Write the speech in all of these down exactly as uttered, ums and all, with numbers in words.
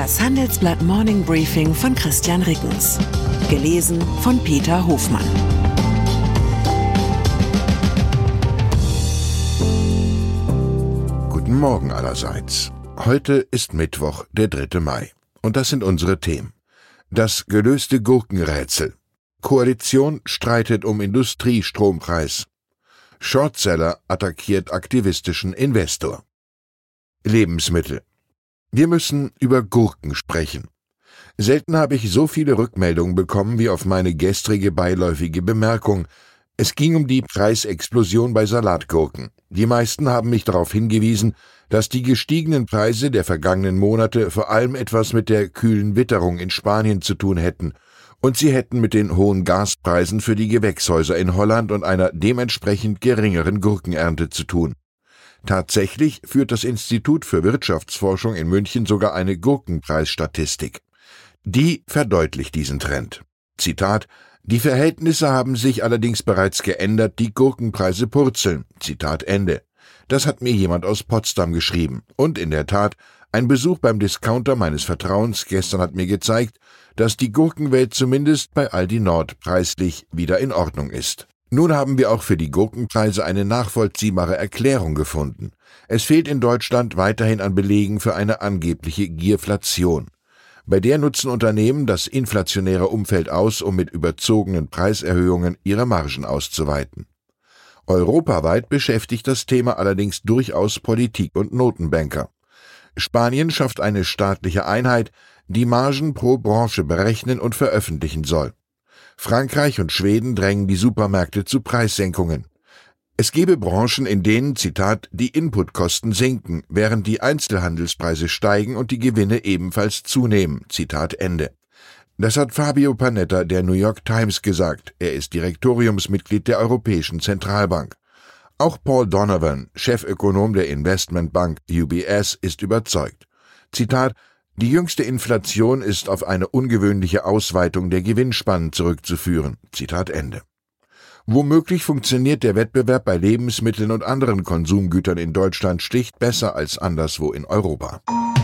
Das Handelsblatt Morning Briefing von Christian Rickens. Gelesen von Peter Hofmann. Guten Morgen allerseits. Heute ist Mittwoch, der dritte Mai. Und das sind unsere Themen. Das gelöste Gurkenrätsel. Koalition streitet um Industriestrompreis. Shortseller attackiert aktivistischen Investor. Lebensmittel. Wir müssen über Gurken sprechen. Selten habe ich so viele Rückmeldungen bekommen wie auf meine gestrige beiläufige Bemerkung. Es ging um die Preisexplosion bei Salatgurken. Die meisten haben mich darauf hingewiesen, dass die gestiegenen Preise der vergangenen Monate vor allem etwas mit der kühlen Witterung in Spanien zu tun hätten, und sie hätten mit den hohen Gaspreisen für die Gewächshäuser in Holland und einer dementsprechend geringeren Gurkenernte zu tun. Tatsächlich führt das Institut für Wirtschaftsforschung in München sogar eine Gurkenpreisstatistik. Die verdeutlicht diesen Trend. Zitat: Die Verhältnisse haben sich allerdings bereits geändert, die Gurkenpreise purzeln. Zitat Ende. Das hat mir jemand aus Potsdam geschrieben. Und in der Tat, ein Besuch beim Discounter meines Vertrauens gestern hat mir gezeigt, dass die Gurkenwelt zumindest bei Aldi Nord preislich wieder in Ordnung ist. Nun haben wir auch für die Gurkenpreise eine nachvollziehbare Erklärung gefunden. Es fehlt in Deutschland weiterhin an Belegen für eine angebliche Gierflation. Bei der nutzen Unternehmen das inflationäre Umfeld aus, um mit überzogenen Preiserhöhungen ihre Margen auszuweiten. Europaweit beschäftigt das Thema allerdings durchaus Politik und Notenbanker. Spanien schafft eine staatliche Einheit, die Margen pro Branche berechnen und veröffentlichen soll. Frankreich und Schweden drängen die Supermärkte zu Preissenkungen. Es gebe Branchen, in denen, Zitat, die Inputkosten sinken, während die Einzelhandelspreise steigen und die Gewinne ebenfalls zunehmen. Zitat Ende. Das hat Fabio Panetta der New York Times gesagt. Er ist Direktoriumsmitglied der Europäischen Zentralbank. Auch Paul Donovan, Chefökonom der Investmentbank U B S, ist überzeugt. Zitat: Die jüngste Inflation ist auf eine ungewöhnliche Ausweitung der Gewinnspannen zurückzuführen. Zitat Ende. Womöglich funktioniert der Wettbewerb bei Lebensmitteln und anderen Konsumgütern in Deutschland schlicht besser als anderswo in Europa.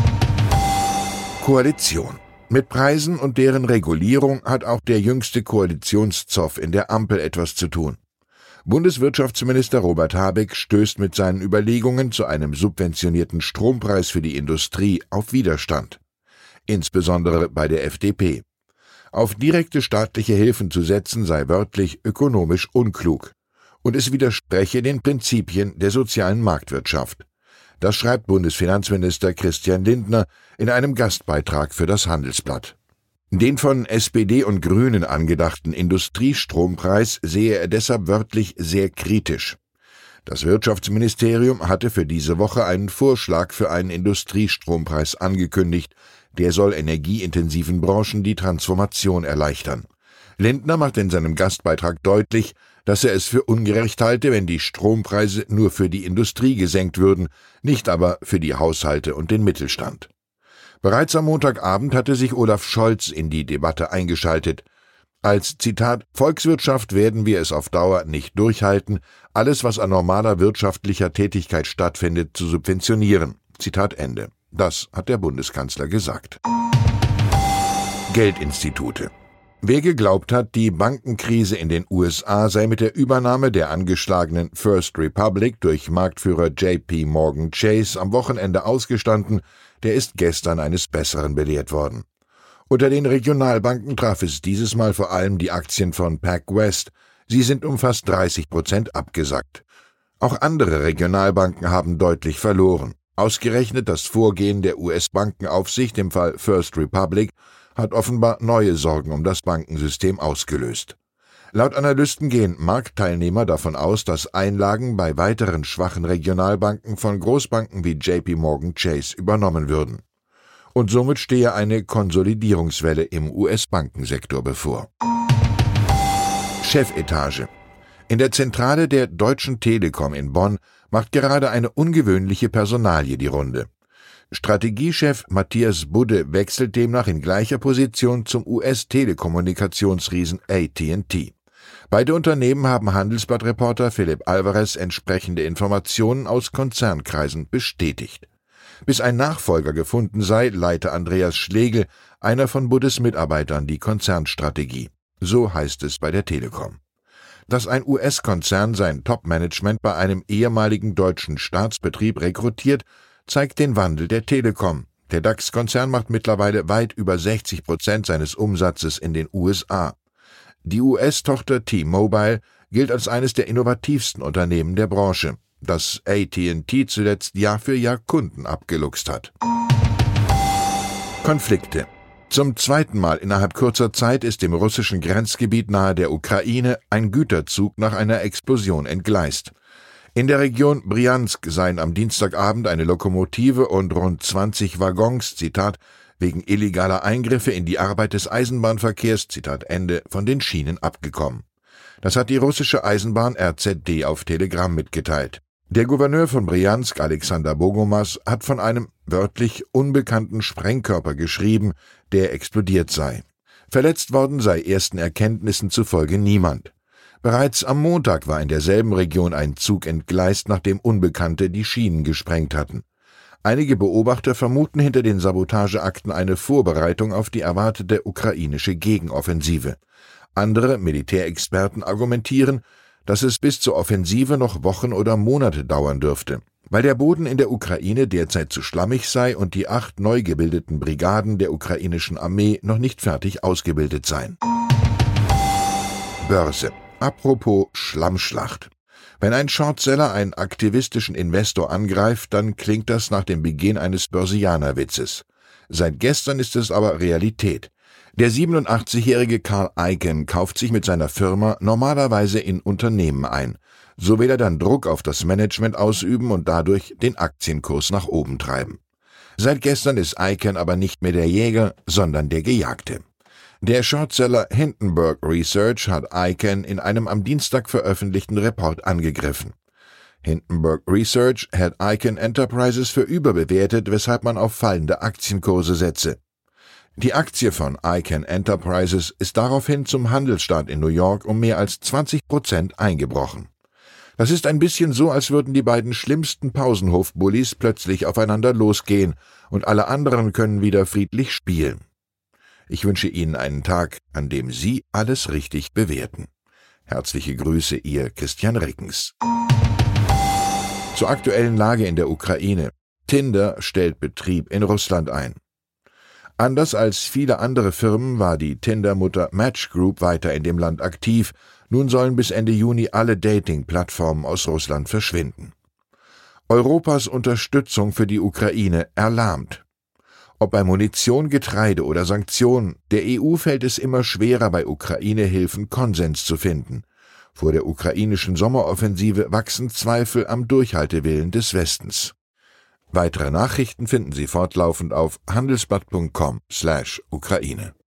Koalition. Mit Preisen und deren Regulierung hat auch der jüngste Koalitionszoff in der Ampel etwas zu tun. Bundeswirtschaftsminister Robert Habeck stößt mit seinen Überlegungen zu einem subventionierten Strompreis für die Industrie auf Widerstand. Insbesondere bei der F D P. Auf direkte staatliche Hilfen zu setzen sei wörtlich ökonomisch unklug. Und es widerspreche den Prinzipien der sozialen Marktwirtschaft. Das schreibt Bundesfinanzminister Christian Lindner in einem Gastbeitrag für das Handelsblatt. Den von S P D und Grünen angedachten Industriestrompreis sehe er deshalb wörtlich sehr kritisch. Das Wirtschaftsministerium hatte für diese Woche einen Vorschlag für einen Industriestrompreis angekündigt, der soll energieintensiven Branchen die Transformation erleichtern. Lindner macht in seinem Gastbeitrag deutlich, dass er es für ungerecht halte, wenn die Strompreise nur für die Industrie gesenkt würden, nicht aber für die Haushalte und den Mittelstand. Bereits am Montagabend hatte sich Olaf Scholz in die Debatte eingeschaltet. Als Zitat: Volkswirtschaft werden wir es auf Dauer nicht durchhalten, alles, was an normaler wirtschaftlicher Tätigkeit stattfindet, zu subventionieren. Zitat Ende. Das hat der Bundeskanzler gesagt. Geldinstitute. Wer geglaubt hat, die Bankenkrise in den U S A sei mit der Übernahme der angeschlagenen First Republic durch Marktführer J P Morgan Chase am Wochenende ausgestanden, der ist gestern eines Besseren belehrt worden. Unter den Regionalbanken traf es dieses Mal vor allem die Aktien von PacWest. Sie sind um fast dreißig Prozent abgesackt. Auch andere Regionalbanken haben deutlich verloren. Ausgerechnet das Vorgehen der U S-Bankenaufsicht im Fall First Republic hat offenbar neue Sorgen um das Bankensystem ausgelöst. Laut Analysten gehen Marktteilnehmer davon aus, dass Einlagen bei weiteren schwachen Regionalbanken von Großbanken wie J P Morgan Chase übernommen würden. Und somit stehe eine Konsolidierungswelle im U S-Bankensektor bevor. Chefetage. In der Zentrale der Deutschen Telekom in Bonn macht gerade eine ungewöhnliche Personalie die Runde. Strategiechef Matthias Budde wechselt demnach in gleicher Position zum U S-Telekommunikationsriesen A T and T. Beide Unternehmen haben Handelsblatt-Reporter Philipp Alvarez entsprechende Informationen aus Konzernkreisen bestätigt. Bis ein Nachfolger gefunden sei, leite Andreas Schlegel, einer von Buddes Mitarbeitern, die Konzernstrategie. So heißt es bei der Telekom. Dass ein U S-Konzern sein Top-Management bei einem ehemaligen deutschen Staatsbetrieb rekrutiert, zeigt den Wandel der Telekom. Der DAX-Konzern macht mittlerweile weit über sechzig Prozent seines Umsatzes in den U S A. Die U S-Tochter T-Mobile gilt als eines der innovativsten Unternehmen der Branche, das A T und T zuletzt Jahr für Jahr Kunden abgeluchst hat. Konflikte. Zum zweiten Mal innerhalb kurzer Zeit ist im russischen Grenzgebiet nahe der Ukraine ein Güterzug nach einer Explosion entgleist. In der Region Brjansk seien am Dienstagabend eine Lokomotive und rund zwanzig Waggons, Zitat, wegen illegaler Eingriffe in die Arbeit des Eisenbahnverkehrs, Zitat Ende, von den Schienen abgekommen. Das hat die russische Eisenbahn R Z D auf Telegram mitgeteilt. Der Gouverneur von Brjansk, Alexander Bogomas, hat von einem wörtlich unbekannten Sprengkörper geschrieben, der explodiert sei. Verletzt worden sei ersten Erkenntnissen zufolge niemand. Bereits am Montag war in derselben Region ein Zug entgleist, nachdem Unbekannte die Schienen gesprengt hatten. Einige Beobachter vermuten hinter den Sabotageakten eine Vorbereitung auf die erwartete ukrainische Gegenoffensive. Andere Militärexperten argumentieren, dass es bis zur Offensive noch Wochen oder Monate dauern dürfte, weil der Boden in der Ukraine derzeit zu schlammig sei und die acht neu gebildeten Brigaden der ukrainischen Armee noch nicht fertig ausgebildet seien. Börse. Apropos Schlammschlacht. Wenn ein Shortseller einen aktivistischen Investor angreift, dann klingt das nach dem Beginn eines Börsianerwitzes. Seit gestern ist es aber Realität. Der siebenundachtzigjährige Carl Icahn kauft sich mit seiner Firma normalerweise in Unternehmen ein. So will er dann Druck auf das Management ausüben und dadurch den Aktienkurs nach oben treiben. Seit gestern ist Icahn aber nicht mehr der Jäger, sondern der Gejagte. Der Shortseller Hindenburg Research hat Icahn in einem am Dienstag veröffentlichten Report angegriffen. Hindenburg Research hält Icahn Enterprises für überbewertet, weshalb man auf fallende Aktienkurse setze. Die Aktie von Icahn Enterprises ist daraufhin zum Handelsstart in New York um mehr als zwanzig Prozent eingebrochen. Das ist ein bisschen so, als würden die beiden schlimmsten Pausenhof-Bullies plötzlich aufeinander losgehen und alle anderen können wieder friedlich spielen. Ich wünsche Ihnen einen Tag, an dem Sie alles richtig bewerten. Herzliche Grüße, Ihr Christian Rickens. Zur aktuellen Lage in der Ukraine. Tinder stellt Betrieb in Russland ein. Anders als viele andere Firmen war die Tinder-Mutter Match Group weiter in dem Land aktiv. Nun sollen bis Ende Juni alle Dating-Plattformen aus Russland verschwinden. Europas Unterstützung für die Ukraine erlahmt. Ob bei Munition, Getreide oder Sanktionen, der E U fällt es immer schwerer, bei Ukraine-Hilfen Konsens zu finden. Vor der ukrainischen Sommeroffensive wachsen Zweifel am Durchhaltewillen des Westens. Weitere Nachrichten finden Sie fortlaufend auf handelsblatt punkt com slash Ukraine.